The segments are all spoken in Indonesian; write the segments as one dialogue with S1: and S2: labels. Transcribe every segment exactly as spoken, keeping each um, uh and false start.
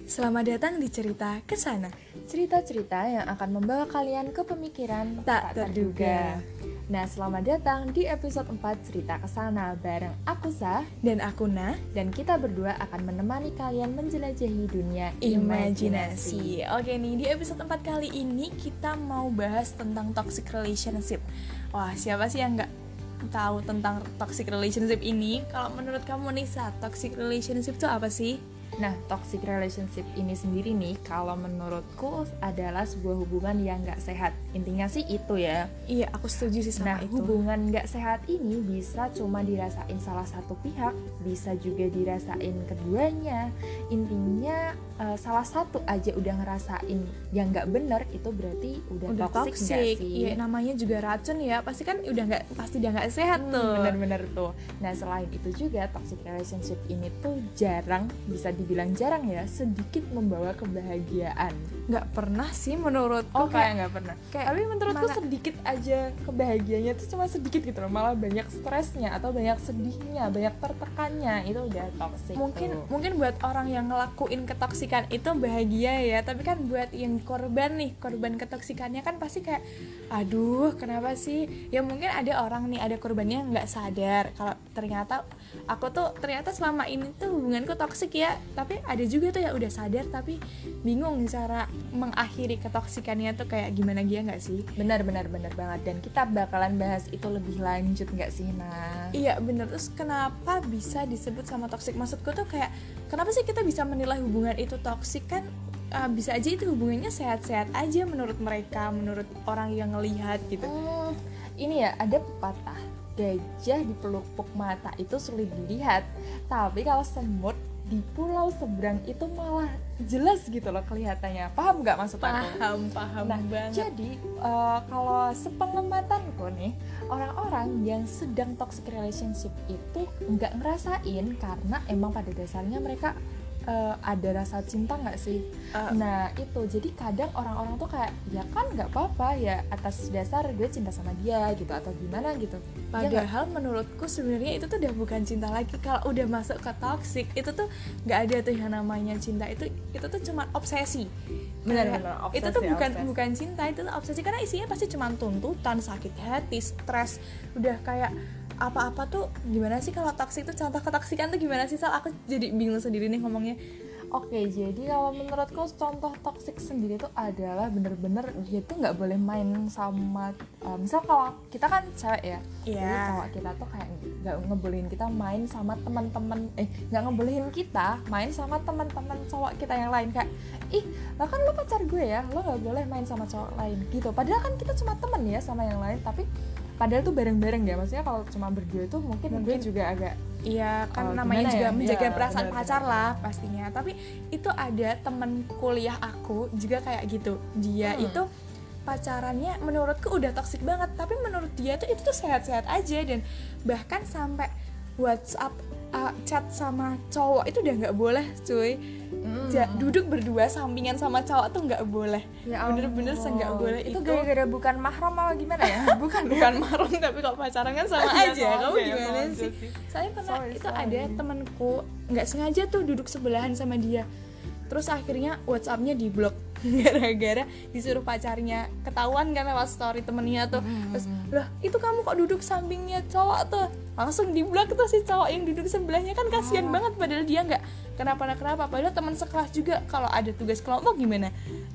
S1: Selamat datang di Cerita Kesana.
S2: Cerita-cerita yang akan membawa kalian ke pemikiran
S1: Tak terduga.
S2: Nah, selamat datang di episode empat Cerita Kesana bareng aku Sa
S1: Dan aku Nah,
S2: dan kita berdua akan menemani kalian menjelajahi dunia
S1: imajinasi. Oke nih, di episode empat kali ini kita mau bahas tentang toxic relationship. Wah, siapa sih yang gak tahu tentang toxic relationship ini? Kalau menurut kamu nih, Sa, toxic relationship itu apa sih?
S2: Nah, toxic relationship ini sendiri nih, kalau menurutku adalah sebuah hubungan yang gak sehat. Intinya sih itu ya.
S1: Iya, aku setuju sih sama
S2: Nah,
S1: itu.
S2: hubungan gak sehat ini bisa cuma dirasain salah satu pihak, bisa juga dirasain keduanya. Intinya uh, salah satu aja udah ngerasain yang gak bener, itu berarti udah,
S1: udah
S2: toxic,
S1: toxic
S2: gak sih?
S1: Iya, namanya juga racun ya. Pasti kan udah nggak pasti udah nggak sehat
S2: Hmm,
S1: tuh.
S2: bener-bener tuh. Nah, selain itu juga toxic relationship ini tuh jarang, bisa dibilang jarang ya, sedikit membawa kebahagiaan.
S1: Nggak pernah sih menurutku.
S2: Oh,
S1: kayak
S2: kayak nggak pernah.
S1: kayak
S2: Tapi menurutku
S1: mana-
S2: sedikit aja kebahagiaannya tuh cuma sedikit gitu loh, malah banyak stresnya atau banyak sedihnya, banyak tertekannya, itu udah toxic.
S1: mungkin
S2: tuh.
S1: mungkin buat orang yang ngelakuin ketoksikan itu bahagia ya, tapi kan buat yang korban nih, korban ketoksikannya kan pasti kayak aduh kenapa sih ya. Mungkin ada orang nih, ada korbannya nggak sadar kalau ternyata aku tuh ternyata selama ini tuh hubunganku toksik ya, tapi ada juga tuh yang udah sadar tapi bingung cara mengakhiri ketoksikannya tuh kayak gimana, dia nggak sih?
S2: Benar-benar benar banget, dan kita bakalan bahas itu lebih lanjut nggak sih? Nah,
S1: Iya bener. Terus kenapa bisa disebut sama toksik? Maksudku tuh kayak kenapa sih kita bisa menilai hubungan itu toksik? Kan uh, bisa aja itu hubungannya sehat-sehat aja menurut mereka, menurut orang yang ngelihat gitu.
S2: hmm, ini ya ada pepatah, gajah di pelupuk mata itu sulit dilihat, tapi kalau semut di pulau seberang itu malah jelas gitu loh kelihatannya. Paham nggak maksud aku?
S1: Paham, paham
S2: Nah,
S1: banget.
S2: jadi uh, kalau sepengamatanku nih, orang-orang yang sedang toxic relationship itu nggak ngerasain karena emang pada dasarnya mereka uh, ada rasa cinta nggak sih?
S1: Uh,
S2: Nah itu, jadi kadang orang-orang tuh kayak ya kan nggak apa-apa ya atas dasar gue cinta sama dia gitu atau gimana gitu. Ya nggak?
S1: Padahal menurutku sebenarnya itu tuh udah bukan cinta lagi. Kalau udah masuk ke toxic itu tuh nggak ada tuh yang namanya cinta. Itu itu tuh cuma obsesi.
S2: Benar-benar
S1: Kayak,
S2: obsesi,
S1: itu tuh bukan
S2: obsesi.
S1: bukan cinta, itu tuh obsesi karena isinya pasti cuma tuntutan, sakit hati, stres. Udah kayak apa-apa tuh gimana sih kalau toxic itu? Contoh ketoksikan tuh gimana sih, Sal? Aku jadi bingung sendiri nih ngomongnya.
S2: Oke, jadi kalau menurutku contoh toxic sendiri itu adalah bener-bener dia tuh nggak boleh main sama, uh, misal kalau kita kan cewek ya,
S1: Iya.
S2: jadi cowok kita tuh kayak nggak ngebolehin kita main sama teman-teman, eh nggak ngebolehin kita main sama teman-teman cowok kita yang lain, kayak ih lah kan lo pacar gue ya, lo nggak boleh main sama cowok lain gitu. Padahal kan kita cuma temen ya sama yang lain, tapi padahal tuh bareng-bareng ya. Maksudnya kalau cuma berdua itu mungkin,
S1: Mungkin.
S2: gue juga agak
S1: Iya kan
S2: Oh,
S1: namanya
S2: gimana
S1: juga
S2: ya?
S1: menjaga
S2: Iya,
S1: perasaan
S2: benar,
S1: pacar
S2: benar.
S1: lah pastinya. Tapi itu ada temen kuliah aku juga kayak gitu. Dia
S2: Hmm.
S1: itu pacarannya menurutku udah toksik banget, tapi menurut dia tuh itu tuh sehat-sehat aja. Dan bahkan sampai WhatsApp uh, chat sama cowok itu udah nggak boleh cuy.
S2: mm,
S1: Ja- duduk berdua sampingan sama cowok tuh nggak boleh.
S2: ya
S1: Bener-bener
S2: ampun.
S1: se-nggak boleh
S2: itu
S1: itu.
S2: gara-gara bukan mahram apa gimana ya? Bukan
S1: Bukan marung, tapi kalau pacaran kan sama
S2: Iya,
S1: aja.
S2: sama
S1: Kamu
S2: aja,
S1: gimana
S2: sama aja
S1: sih?
S2: sih.
S1: Saya pernah
S2: Sorry,
S1: itu
S2: sorry.
S1: ada temanku nggak sengaja tuh duduk sebelahan sama dia. Terus akhirnya WhatsApp-nya diblok gara-gara disuruh pacarnya ketahuan kan lewat story temennya tuh.
S2: Hmm.
S1: Terus, loh itu kamu kok duduk sampingnya cowok tuh? Langsung diblok tuh si cowok yang duduk sebelahnya. Kan kasihan
S2: Oh.
S1: banget, padahal dia nggak kenapa-kenapa. Padahal teman sekelas juga. Kalau ada tugas kelompok gimana?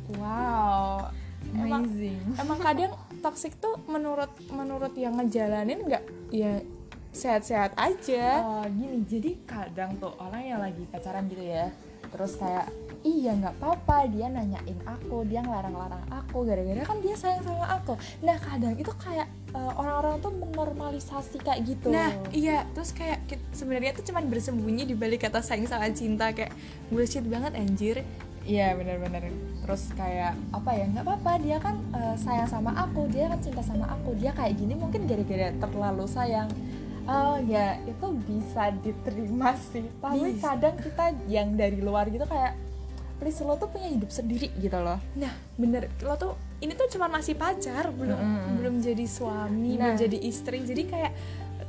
S2: Wow,
S1: Emang-
S2: amazing.
S1: Emang kadang toxic tuh menurut menurut yang ngejalanin nggak ya sehat-sehat aja.
S2: Oh, gini, jadi kadang tuh orang yang lagi pacaran gitu ya, terus kayak iya nggak apa-apa dia nanyain aku, dia ngelarang-larang aku gara-gara kan dia sayang sama aku. Nah kadang itu kayak uh, orang-orang tuh menormalisasi kayak gitu.
S1: Nah iya, terus kayak ki- sebenarnya tuh cuman bersembunyi di balik kata sayang sama cinta. Kayak bullshit banget anjir.
S2: Iya benar-benar. Terus kayak apa ya, nggak apa-apa dia kan uh, sayang sama aku, dia kan cinta sama aku, dia kayak gini mungkin gara-gara terlalu sayang. Oh ya itu bisa diterima sih, tapi
S1: Bisa.
S2: kadang kita yang dari luar gitu kayak please lo tuh punya hidup sendiri gitu loh.
S1: Nah bener, lo tuh ini tuh cuman masih pacar, belum
S2: Mm-mm.
S1: belum jadi suami,
S2: Nah.
S1: belum jadi istri. Jadi kayak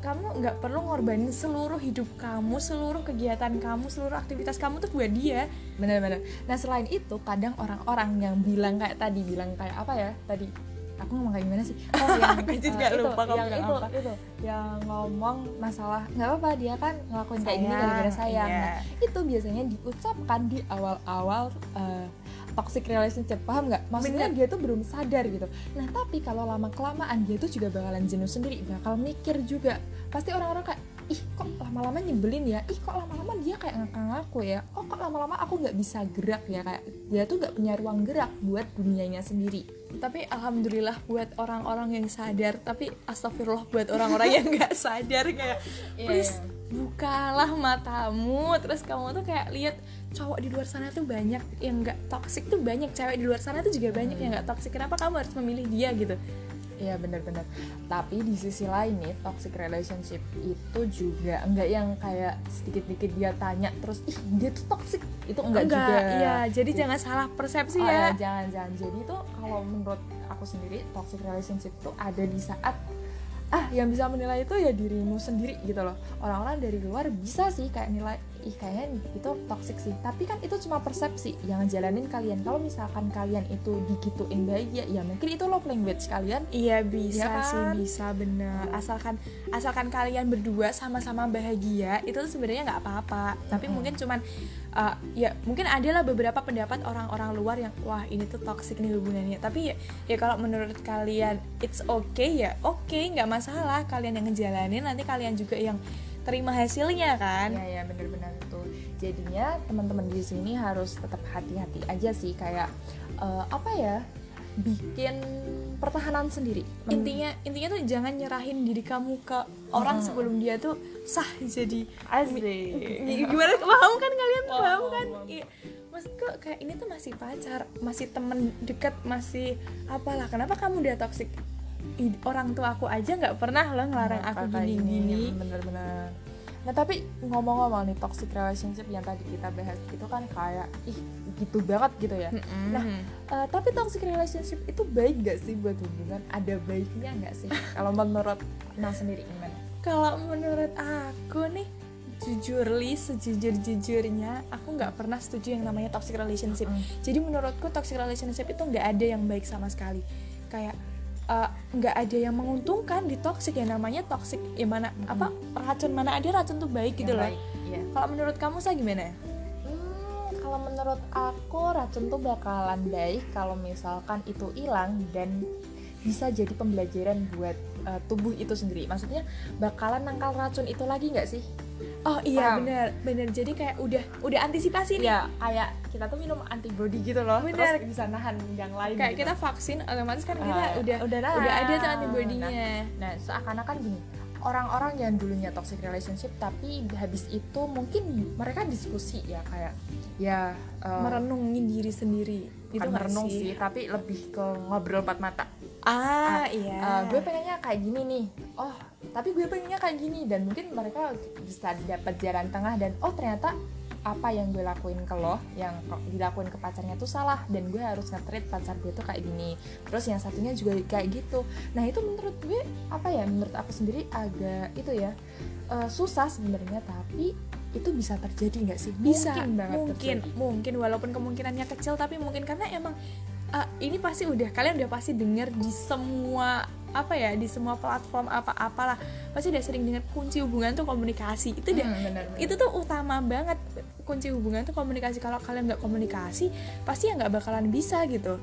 S1: kamu nggak perlu ngorbanin seluruh hidup kamu, seluruh kegiatan kamu, seluruh aktivitas kamu tuh buat dia.
S2: Benar-benar. Nah selain itu kadang orang-orang yang bilang kayak tadi bilang kayak apa ya tadi aku ngomong kayak gimana sih? Oh yang
S1: Aku juga
S2: uh,
S1: lupa
S2: itu,
S1: kamu
S2: yang
S1: bilang
S2: itu,
S1: apa.
S2: itu yang ngomong masalah nggak apa-apa dia kan ngelakuin kayak gini
S1: Sayang,
S2: gara-gara sayang.
S1: iya.
S2: Nah itu biasanya diucapkan di awal-awal uh, toxic relationship, paham nggak? Maksudnya
S1: Bener.
S2: dia tuh belum sadar gitu. Nah tapi kalau lama kelamaan dia tuh juga bakalan jenuh sendiri, bakal mikir juga. Pasti orang-orang kayak ih kok lama-lama nyebelin ya, ih kok lama-lama dia kayak ngakak-ngaku ya, oh kok lama-lama aku nggak bisa gerak ya, kayak dia tuh nggak punya ruang gerak buat dunianya sendiri.
S1: Tapi alhamdulillah buat orang-orang yang sadar, tapi astagfirullah buat orang-orang yang nggak sadar kayak please bukalah matamu, terus kamu tuh kayak lihat cowok di luar sana tuh banyak yang nggak toksik tuh banyak, cewek di luar sana tuh juga banyak yang nggak toksik, kenapa kamu harus memilih dia gitu?
S2: Iya benar-benar. Tapi di sisi lain nih toxic relationship itu juga enggak yang kayak sedikit-sedikit dia tanya terus ih dia tuh toxic, itu enggak,
S1: Enggak,
S2: juga.
S1: iya, jadi jangan salah persepsi
S2: Oh,
S1: ya.
S2: ya, jangan-jangan. Jadi tuh kalau menurut aku sendiri toxic relationship tuh ada di saat ah yang bisa menilai itu ya dirimu sendiri gitu loh. Orang-orang dari luar bisa sih kayak nilai ih kayaknya itu toxic sih, tapi kan itu cuma persepsi yang ngejalanin kalian. Kalau misalkan kalian itu digituin bahagia ya mungkin itu love language kalian.
S1: Iya bisa
S2: Ya kan?
S1: sih, bisa bener. Asalkan asalkan kalian berdua sama-sama bahagia, itu tuh sebenarnya nggak apa-apa. Tapi
S2: Mm-mm.
S1: mungkin cuman uh, ya mungkin adalah beberapa pendapat orang-orang luar yang wah ini tuh toxic nih hubungannya. Tapi ya, ya kalau menurut kalian it's okay ya oke, nggak masalah. Kalian yang ngejalanin, nanti kalian juga yang terima hasilnya kan.
S2: Ya ya benar-benar itu. Jadinya teman-teman di sini harus tetap hati-hati aja sih kayak uh, apa ya bikin pertahanan sendiri. Men-
S1: Intinya intinya tuh jangan nyerahin diri kamu ke orang
S2: Hmm.
S1: sebelum dia tuh sah jadi
S2: Asik.
S1: gimana, paham kan kalian?
S2: Paham,
S1: Paham kan?
S2: paham.
S1: Iya. Maksudku kayak ini tuh masih pacar, masih temen deket, masih apalah. Kenapa kamu udah toxic? Ih, orang tua aku aja nggak pernah loh ngelarang
S2: Nah,
S1: aku
S2: kayak
S1: gini-gini.
S2: bener-bener. Nah tapi ngomong-ngomong nih toxic relationship yang tadi kita bahas itu kan kayak ih gitu banget gitu ya.
S1: Mm-mm.
S2: Nah uh, tapi toxic relationship itu baik gak sih buat hubungan? Ada baiknya gak sih? Kalau menurut Nah sendiri gimana?
S1: Kalau menurut aku nih, jujur li, sejujur-jujurnya aku nggak pernah setuju yang namanya toxic relationship.
S2: Mm.
S1: Jadi menurutku toxic relationship itu nggak ada yang baik sama sekali. Kayak uh, nggak ada yang menguntungkan di toxic, yang namanya toxic ya mana
S2: Mm-mm.
S1: apa racun, mana ada racun tuh baik gitu
S2: Yang
S1: loh.
S2: baik, iya.
S1: Kalau menurut kamu sah gimana?
S2: Hmm, kalau menurut aku racun tuh bakalan baik kalau misalkan itu hilang dan bisa jadi pembelajaran buat uh, tubuh itu sendiri. Maksudnya bakalan nangkal racun itu lagi nggak sih?
S1: Oh iya
S2: Paham.
S1: benar benar, jadi kayak udah udah antisipasi nih.
S2: Ya kayak kita tuh minum antibody gitu loh.
S1: Bener.
S2: Terus bisa nahan yang lain.
S1: Kayak
S2: gitu.
S1: kita vaksin otomatis kan kita
S2: Ah,
S1: udah
S2: udah
S1: udah,
S2: nah.
S1: ada tuh antibodinya.
S2: Nah seakan-akan gini, orang-orang yang dulunya toxic relationship tapi habis itu mungkin mereka diskusi ya kayak ya uh,
S1: Merenungin diri sendiri.
S2: bukan
S1: Itu nggak
S2: merenung sih tapi lebih ke ngobrol empat mata.
S1: Ah,
S2: Ah,
S1: iya.
S2: Uh, gue pengennya kayak gini nih, oh tapi gue pengennya kayak gini, dan mungkin mereka bisa dapat jalan tengah dan oh ternyata apa yang gue lakuin ke lo, yang kok dilakuin ke pacarnya tuh salah dan gue harus nge-treat pacar gue tuh kayak gini, terus yang satunya juga kayak gitu. Nah itu menurut gue apa ya, menurut aku sendiri agak itu ya uh, susah sebenarnya, tapi itu bisa terjadi nggak sih?
S1: Bisa,
S2: mungkin banget
S1: mungkin
S2: terjadi.
S1: mungkin walaupun kemungkinannya kecil, tapi mungkin karena emang uh, ini pasti udah kalian udah pasti dengar di semua apa ya, di semua platform apa-apalah pasti udah sering dengar kunci hubungan tuh komunikasi. Itu udah
S2: Hmm, bener, bener.
S1: itu tuh utama banget, kunci hubungan tuh komunikasi. Kalau kalian nggak komunikasi pasti ya nggak bakalan bisa gitu.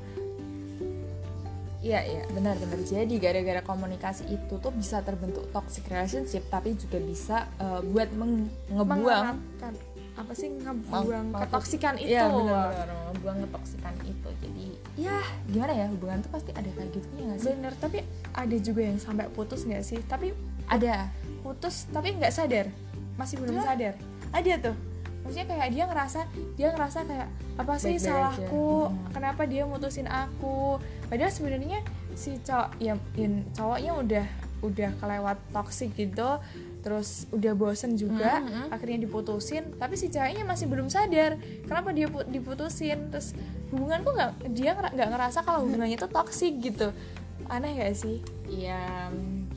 S2: Iya, iya, benar-benar. Jadi gara-gara komunikasi itu tuh bisa terbentuk toxic relationship, tapi juga bisa uh, buat meng- ngebuang
S1: Mengeratkan apa sih, ngebuang
S2: Meng-
S1: ketoksikan itu.
S2: Iya, benar-benar ngebuang ketoksikan itu. Jadi ya gimana ya, hubungan tuh pasti ada kayak gitu ya nggak sih?
S1: Bener, tapi ada juga yang sampai putus nggak sih? Tapi
S2: Ada.
S1: putus tapi nggak sadar, masih belum
S2: Hah?
S1: sadar. Ada tuh, maksudnya kayak dia ngerasa dia ngerasa kayak apa sih
S2: Baik-baik
S1: salahku,
S2: aja. Hmm.
S1: kenapa dia mutusin aku, padahal sebenarnya si cowok ya, ya cowoknya udah udah kelewat toksik gitu, terus udah bosen juga,
S2: Hmm, hmm.
S1: akhirnya diputusin, tapi si ceweknya masih belum sadar kenapa dia pu- diputusin. Terus hubunganku nggak, dia nggak ngerasa kalau hubungannya itu toksik gitu. Aneh gak sih?
S2: Iya, mm,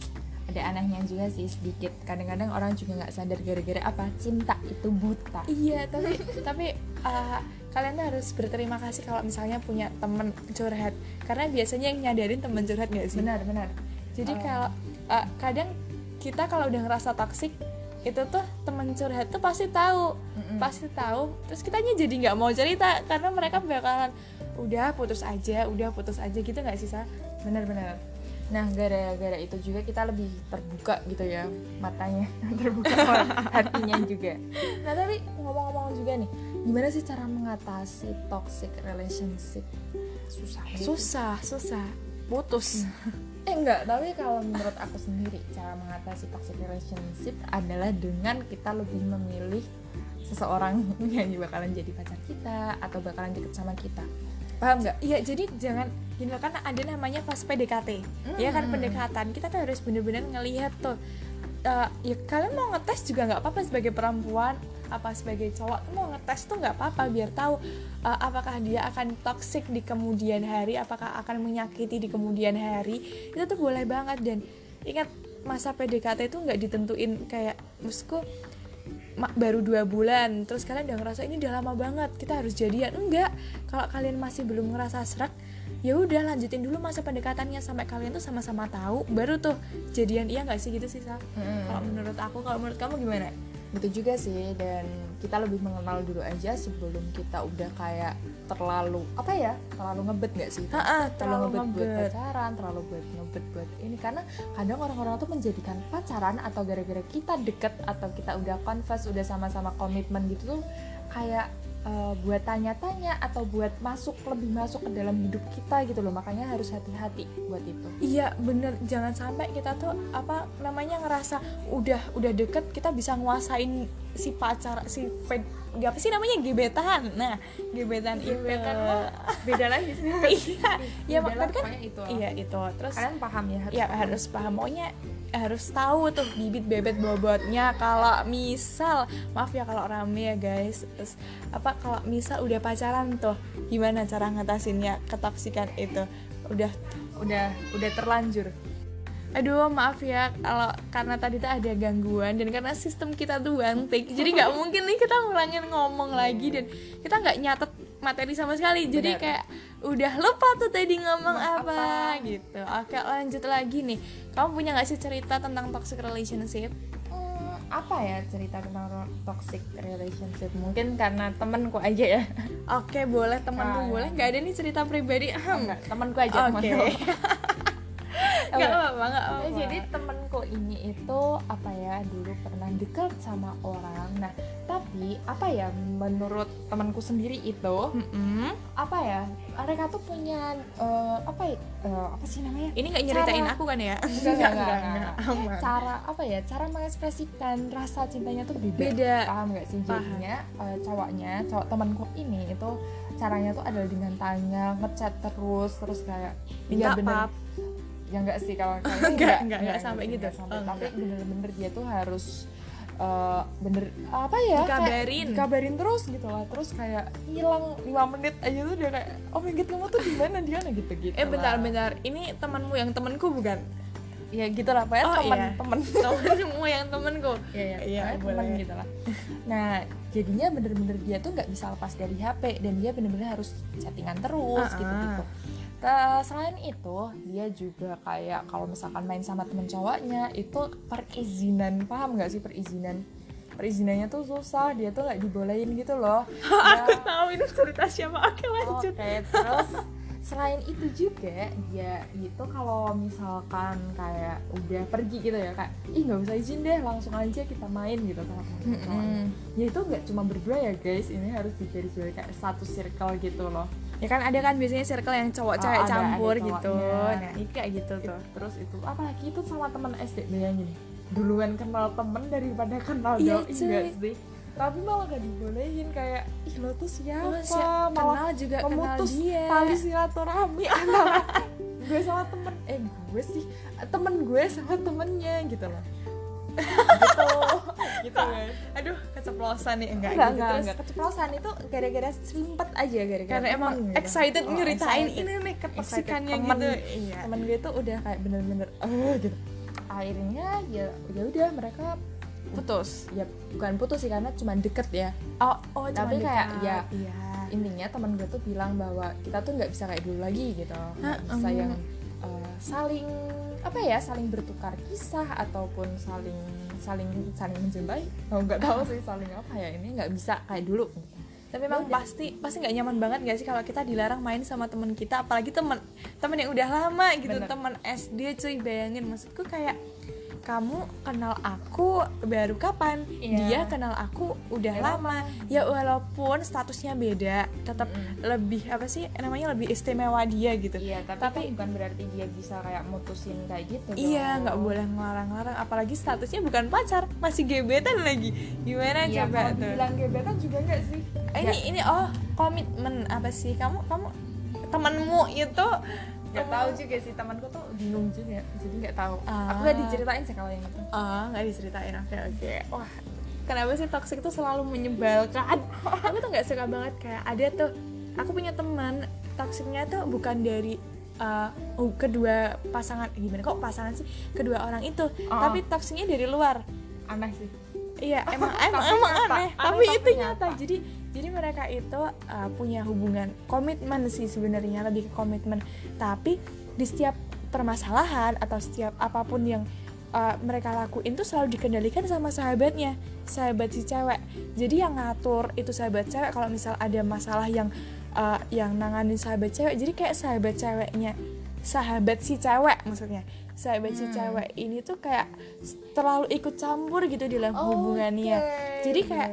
S2: ada anehnya juga sih sedikit. Kadang-kadang orang juga nggak sadar gara-gara apa, cinta itu buta.
S1: Iya, tapi tapi uh, kalian tuh harus berterima kasih kalau misalnya punya temen curhat, karena biasanya yang nyadarin temen curhat nggak sih?
S2: Benar benar.
S1: Jadi
S2: Um,
S1: kalau uh, kadang kita kalau udah ngerasa toksik itu tuh temen curhat tuh pasti tahu,
S2: Mm-mm.
S1: pasti tahu. Terus kitanya jadi nggak mau cerita karena mereka bakalan udah putus aja, udah putus aja gitu nggak sih Sa?
S2: Benar-benar. Nah, gara-gara itu juga kita lebih terbuka gitu ya matanya, terbuka hatinya juga. Nah, tapi ngomong-ngomong juga nih, gimana sih cara mengatasi toxic relationship? Susah. ya?
S1: Susah, susah, putus.
S2: Eh enggak, tapi kalau menurut aku sendiri cara mengatasi toxic relationship adalah dengan kita lebih memilih seseorang yang bakalan jadi pacar kita atau bakalan deket sama kita. Paham nggak?
S1: Iya, jadi jangan gini loh, kan ada namanya pas P D K T.
S2: Mm.
S1: Ya kan pendekatan. Kita tuh harus bener-bener ngelihat tuh. Uh, ya kalian mau ngetes juga nggak apa-apa sebagai perempuan, apa sebagai cowok tuh mau ngetes tuh nggak apa-apa biar tahu uh, apakah dia akan toxic di kemudian hari, apakah akan menyakiti di kemudian hari. Itu tuh boleh banget. Dan ingat, masa P D K T itu nggak ditentuin kayak maksudku Ma, baru dua bulan terus kalian udah ngerasa ini udah lama banget kita harus jadian. Enggak, kalau kalian masih belum ngerasa serak, ya udah lanjutin dulu masa pendekatannya sampai kalian tuh sama-sama tahu, baru tuh jadian. Iya nggak sih gitu sih Sa?
S2: Hmm.
S1: Kalau menurut aku, kalau menurut kamu gimana?
S2: Gitu juga sih, dan kita lebih mengenal dulu aja sebelum kita udah kayak terlalu apa ya, terlalu ngebet nggak sih?
S1: Ha-ha,
S2: terlalu ngebet buat pacaran, terlalu buat ngebet buat ini, karena kadang orang-orang tuh menjadikan pacaran atau gara-gara kita deket atau kita udah confess, udah sama-sama komitmen gitu tuh kayak uh, buat tanya-tanya atau buat masuk lebih masuk ke dalam hidup kita gitu loh. Makanya harus hati-hati buat itu.
S1: Iya bener, jangan sampai kita tuh apa namanya ngerasa udah udah deket kita bisa nguasain si pacar, si ped, gak apa sih namanya, gebetan. Nah gebetan itu
S2: Beda lagi sih.
S1: iya ya
S2: Beda
S1: tapi kan
S2: lah, itu.
S1: iya itu terus
S2: Kalian paham ya, harus
S1: ya
S2: paham.
S1: harus paham, pokoknya harus tahu tuh bibit bebet bobotnya. Kalau misal maaf ya kalau rame ya guys, terus apa kalau misal udah pacaran tuh gimana cara ngatasinnya ketoksikan itu udah
S2: udah udah terlanjur.
S1: aduh maaf ya kalau karena tadi tuh ada gangguan dan karena sistem kita tuh one take jadi nggak mungkin nih kita ngulangin ngomong lagi dan kita nggak nyatet materi sama sekali. Jadi
S2: Benar.
S1: kayak udah lupa tuh tadi ngomong
S2: Ngomong
S1: apa,
S2: apa.
S1: gitu. Oke lanjut lagi nih, kamu punya nggak sih cerita tentang toxic relationship?
S2: Hmm, apa ya cerita tentang ro- toxic relationship? Mungkin karena temenku aja ya.
S1: Oke boleh temanmu,
S2: Ah,
S1: boleh nggak ada nih cerita pribadi.
S2: Enggak, temenku aja.
S1: Oke.
S2: temenku.
S1: Nggak apa-apa, nggak apa-apa.
S2: Eh, jadi temenku ini itu apa ya, dulu pernah deket sama orang. Nah tapi apa ya, menurut temanku sendiri itu
S1: Mm-mm.
S2: apa ya, mereka tuh punya eh, apa ya, eh, apa sih namanya,
S1: Ini nggak nyeritain
S2: Cara-
S1: aku kan ya?
S2: Enggak, enggak, enggak, enggak.
S1: Aman.
S2: cara apa ya, cara mengekspresikan rasa cintanya tuh beda.
S1: Beda.
S2: Paham nggak sih?
S1: Paham.
S2: Jadinya eh, cowoknya, cowok temanku ini itu caranya tuh adalah dengan tanya, ngechat terus, terus kayak
S1: Minta
S2: iya bener.
S1: pap.
S2: Ya enggak sih kalau kayaknya
S1: Enggak,
S2: enggak,
S1: enggak, enggak sampai
S2: sih,
S1: gitu.
S2: enggak sampai.
S1: Oh,
S2: Tapi
S1: enggak.
S2: bener-bener dia tuh harus eh, bener apa ya, kayak
S1: Dikabarin.
S2: dikabarin terus gitu lah. Terus kayak hilang lima menit aja tuh dia kayak, oh my god kamu tuh di mana, dia kayak gitu-gitu.
S1: Eh bentar
S2: lah.
S1: bentar, ini temanmu yang temanku bukan?
S2: Ya gitu lah, pokoknya
S1: Oh,
S2: teman-teman.
S1: Temanmu yang temanku.
S2: Iya, iya,
S1: Iya,
S2: pokoknya
S1: boleh.
S2: teman gitu lah. Nah, jadinya bener-bener dia tuh nggak bisa lepas dari H P dan dia bener-bener harus chattingan terus
S1: Ah, ah.
S2: gitu-gitu. Nah, selain itu, dia juga kayak kalau misalkan main sama temen cowoknya itu perizinan, paham nggak sih perizinan? Perizinannya tuh susah, dia tuh nggak dibolehin gitu loh.
S1: Aku
S2: Nah,
S1: tahu ini cerita siapa. Oke lanjut.
S2: Oke, terus selain itu juga dia itu kalau misalkan kayak udah pergi gitu ya, kayak ih nggak usah izin deh, langsung aja kita main gitu sama temen cowoknya. Ya itu nggak cuma berdua ya guys, ini harus digarisbawahi kayak satu circle gitu loh.
S1: Ya kan ada kan biasanya circle yang cowok
S2: Oh,
S1: cewek
S2: ada,
S1: campur
S2: ada
S1: gitu.
S2: cowoknya.
S1: Nah, ini kayak gitu tuh.
S2: Terus itu apalagi itu sama temen S D, bayangin duluan kenal temen daripada kenal
S1: Iya,
S2: doi,
S1: cuy.
S2: enggak sih? Tapi malah gak dibolehin, kayak ih lo tuh siapa,
S1: Oh, siap,
S2: malah
S1: kenal juga kenal
S2: memutus
S1: dia.
S2: tali silaturahmi antara gue sama temen, eh gue sih temen gue sama temennya gitu loh. Gitu, gitu guys.
S1: Aduh, keceplosan nih enggak,
S2: Enggak,
S1: gitu
S2: enggak,
S1: terus.
S2: enggak keceplosan itu gara-gara sempet aja gara-gara
S1: Karena emang
S2: temen gitu.
S1: excited
S2: Oh,
S1: nyeritain
S2: excited.
S1: ini nih ketoksikannya
S2: Excited.
S1: gitu.
S2: Temen-
S1: Iya.
S2: Temen gue tuh udah kayak bener-bener oh gitu. akhirnya ya ya udah mereka
S1: putus.
S2: ya bukan putus sih karena cuma deket ya.
S1: Oh, oh
S2: Tapi
S1: cuma
S2: kayak,
S1: dekat.
S2: ya,
S1: iya.
S2: Intinya teman gue tuh bilang bahwa kita tuh nggak bisa kayak dulu lagi gitu, nggak bisa
S1: Hmm.
S2: yang uh, saling apa ya saling bertukar kisah ataupun saling saling saling mencintai. Oh nggak tahu sih saling apa ya, ini nggak bisa kayak dulu.
S1: Tapi emang
S2: Udah.
S1: pasti pasti nggak nyaman banget gak sih kalau kita dilarang main sama teman kita, apalagi teman teman yang udah lama gitu,
S2: Bener.
S1: teman S D cuy. Bayangin, maksudku kayak kamu kenal aku baru kapan,
S2: Iya.
S1: dia kenal aku udah
S2: Udah
S1: lama. Ya walaupun statusnya beda, tetap
S2: Mm-mm.
S1: lebih apa sih namanya, lebih istimewa dia gitu.
S2: Iya, tapi,
S1: Tapi-
S2: kan bukan berarti dia bisa kayak mutusin kayak gitu.
S1: Iya,
S2: dong.
S1: nggak boleh ngelarang-larang, apalagi statusnya bukan pacar, masih gebetan lagi. Gimana
S2: Iya,
S1: coba
S2: kalau
S1: tuh?
S2: bilang gebetan juga enggak sih?
S1: Eh, ini ini oh komitmen apa sih, kamu kamu temanmu itu
S2: Gak tahu juga sih, temanku tuh bingung juga, jadi nggak tahu.
S1: Ah.
S2: Aku nggak diceritain sih kalau yang itu.
S1: oh nggak diceritain. Oke oke. Wah, kenapa sih toxic itu selalu menyebalkan? Aku tuh nggak suka banget, kayak ada tuh aku punya teman toksiknya tuh bukan dari uh, oh, kedua pasangan, gimana kok pasangan sih, kedua orang itu,
S2: Oh.
S1: tapi toksiknya dari luar.
S2: Aneh sih.
S1: Iya, emang emang,
S2: Tapi
S1: emang
S2: nyata.
S1: aneh,
S2: Aneh
S1: tapi
S2: tapi
S1: itu
S2: nyata.
S1: nyata. Jadi jadi mereka itu uh, punya hubungan komitmen sih sebenarnya, lebih ke komitmen. Tapi di setiap permasalahan atau setiap apapun yang uh, mereka lakuin tuh selalu dikendalikan sama sahabatnya, sahabat si cewek. Jadi yang ngatur itu sahabat cewek. Kalau misal ada masalah yang uh, yang nanganin sahabat cewek, jadi kayak sahabat ceweknya, sahabat si cewek maksudnya. Sahabat si
S2: Hmm.
S1: cewek ini tuh kayak terlalu ikut campur gitu dalam hubungannya. Jadi kayak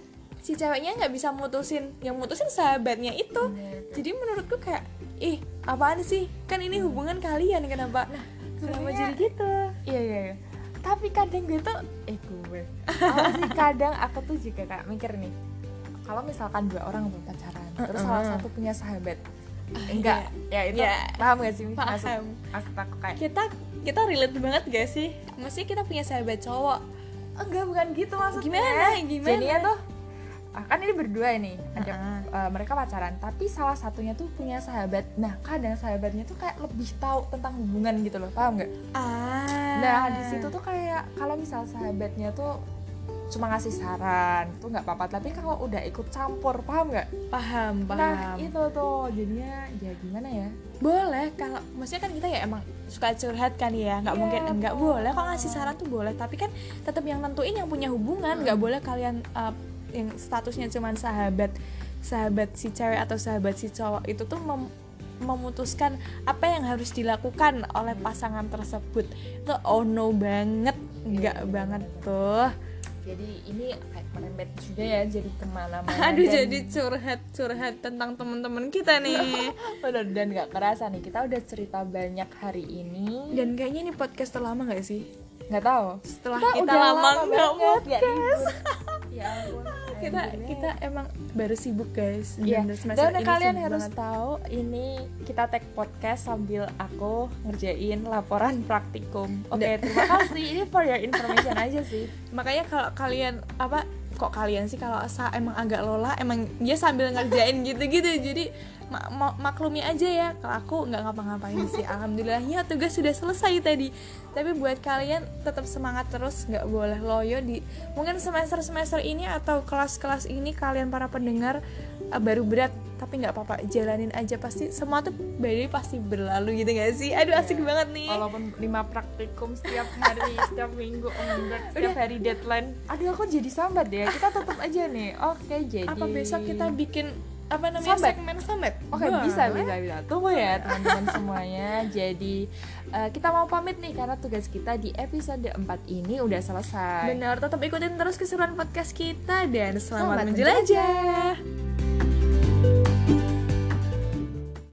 S1: si ceweknya nggak bisa mutusin, yang mutusin sahabatnya itu. Jadi menurutku kayak, ih apaan sih, kan ini hubungan kalian, kenapa
S2: Nah,
S1: kenapa
S2: sebenarnya-
S1: jadi gitu?
S2: Iya iya iya. Tapi kadang gue tuh eh gue. Apa sih, kadang aku tuh juga kayak mikir nih. Kalau misalkan dua orang tuh pacaran, terus
S1: Uh-uh.
S2: salah satu punya sahabat. Enggak, ya itu
S1: Iya.
S2: paham gak sih? Maksud,
S1: Paham.
S2: maksud aku kayak
S1: Kita kita relate banget gak sih? Maksudnya kita punya sahabat cowok.
S2: enggak, bukan gitu maksudnya.
S1: Gimana? Gimana?
S2: Jadinya tuh ah, kan ini berdua ini, ada
S1: Uh-uh.
S2: eh, mereka pacaran, tapi salah satunya tuh punya sahabat. Nah, kadang sahabatnya tuh kayak lebih tahu tentang hubungan gitu loh, paham nggak?
S1: Ah.
S2: Nah, di situ tuh kayak kalau misal sahabatnya tuh cuma ngasih saran tuh nggak apa-apa, tapi kalau udah ikut campur, paham nggak?
S1: paham
S2: Nah,
S1: paham.
S2: itu tuh jadinya ya gimana ya?
S1: Boleh, kalau maksudnya kan kita ya emang suka curhat kan ya, nggak
S2: Iya,
S1: mungkin enggak,
S2: betul.
S1: boleh kok ngasih saran tuh boleh, tapi kan tetap yang nentuin yang punya hubungan. Nggak boleh kalian uh, yang statusnya cuman sahabat sahabat si cewek atau sahabat si cowok itu tuh mem- memutuskan apa yang harus dilakukan oleh pasangan tersebut. Itu oh no banget, nggak
S2: Iya,
S1: banget
S2: bener-bener.
S1: tuh.
S2: Jadi ini kayak merembet juga ya, jadi kemana-mana.
S1: Aduh,
S2: dan-
S1: jadi curhat-curhat tentang teman-teman kita nih.
S2: bener, dan nggak kerasa nih kita udah cerita banyak hari ini.
S1: Dan kayaknya ini podcast terlama nggak sih?
S2: Nggak tahu.
S1: Setelah
S2: Kita
S1: kita,
S2: udah
S1: lama
S2: lama
S1: nggak
S2: banget
S1: podcast.
S2: nggak libur. Ya ampun.
S1: kita
S2: Akhirnya.
S1: kita emang baru sibuk guys.
S2: Iya,
S1: Dan semester
S2: dan
S1: ini
S2: kalian
S1: sibuk
S2: harus
S1: banget.
S2: tahu ini kita tag podcast sambil aku ngerjain laporan praktikum. Oke, terima kasih. Ini for your information aja sih.
S1: Makanya kalau kalian apa kok kalian sih kalau sa emang agak lola, emang dia sambil ngerjain gitu-gitu. Jadi ma- ma- maklumi aja ya, kalau aku nggak ngapa-ngapain sih. Alhamdulillahnya tugas sudah selesai tadi. Tapi buat kalian tetap semangat terus, nggak boleh loyo di mungkin semester-semester ini atau kelas-kelas ini kalian para pendengar uh, baru berat, tapi nggak apa-apa, jalanin aja, pasti semua tuh by the way pasti berlalu gitu nggak sih? Aduh asik
S2: Iya.
S1: banget nih.
S2: Walaupun lima praktikum setiap hari, setiap minggu, oh my God, setiap
S1: Udah.
S2: hari deadline. Aduh, aku jadi sambat ya. Kita tutup aja nih. Oke, jadi
S1: Apa besok kita bikin apa namanya
S2: Sambat?
S1: segmen sambat?
S2: Oke,
S1: Boleh.
S2: bisa, bisa, bisa. Tunggu ya teman-teman semuanya. Jadi eh, kita mau pamit nih karena tugas kita di episode empat ini udah selesai.
S1: Benar, tetap ikutin terus keseruan podcast kita dan selamat,
S2: Selamat
S1: menjelajah.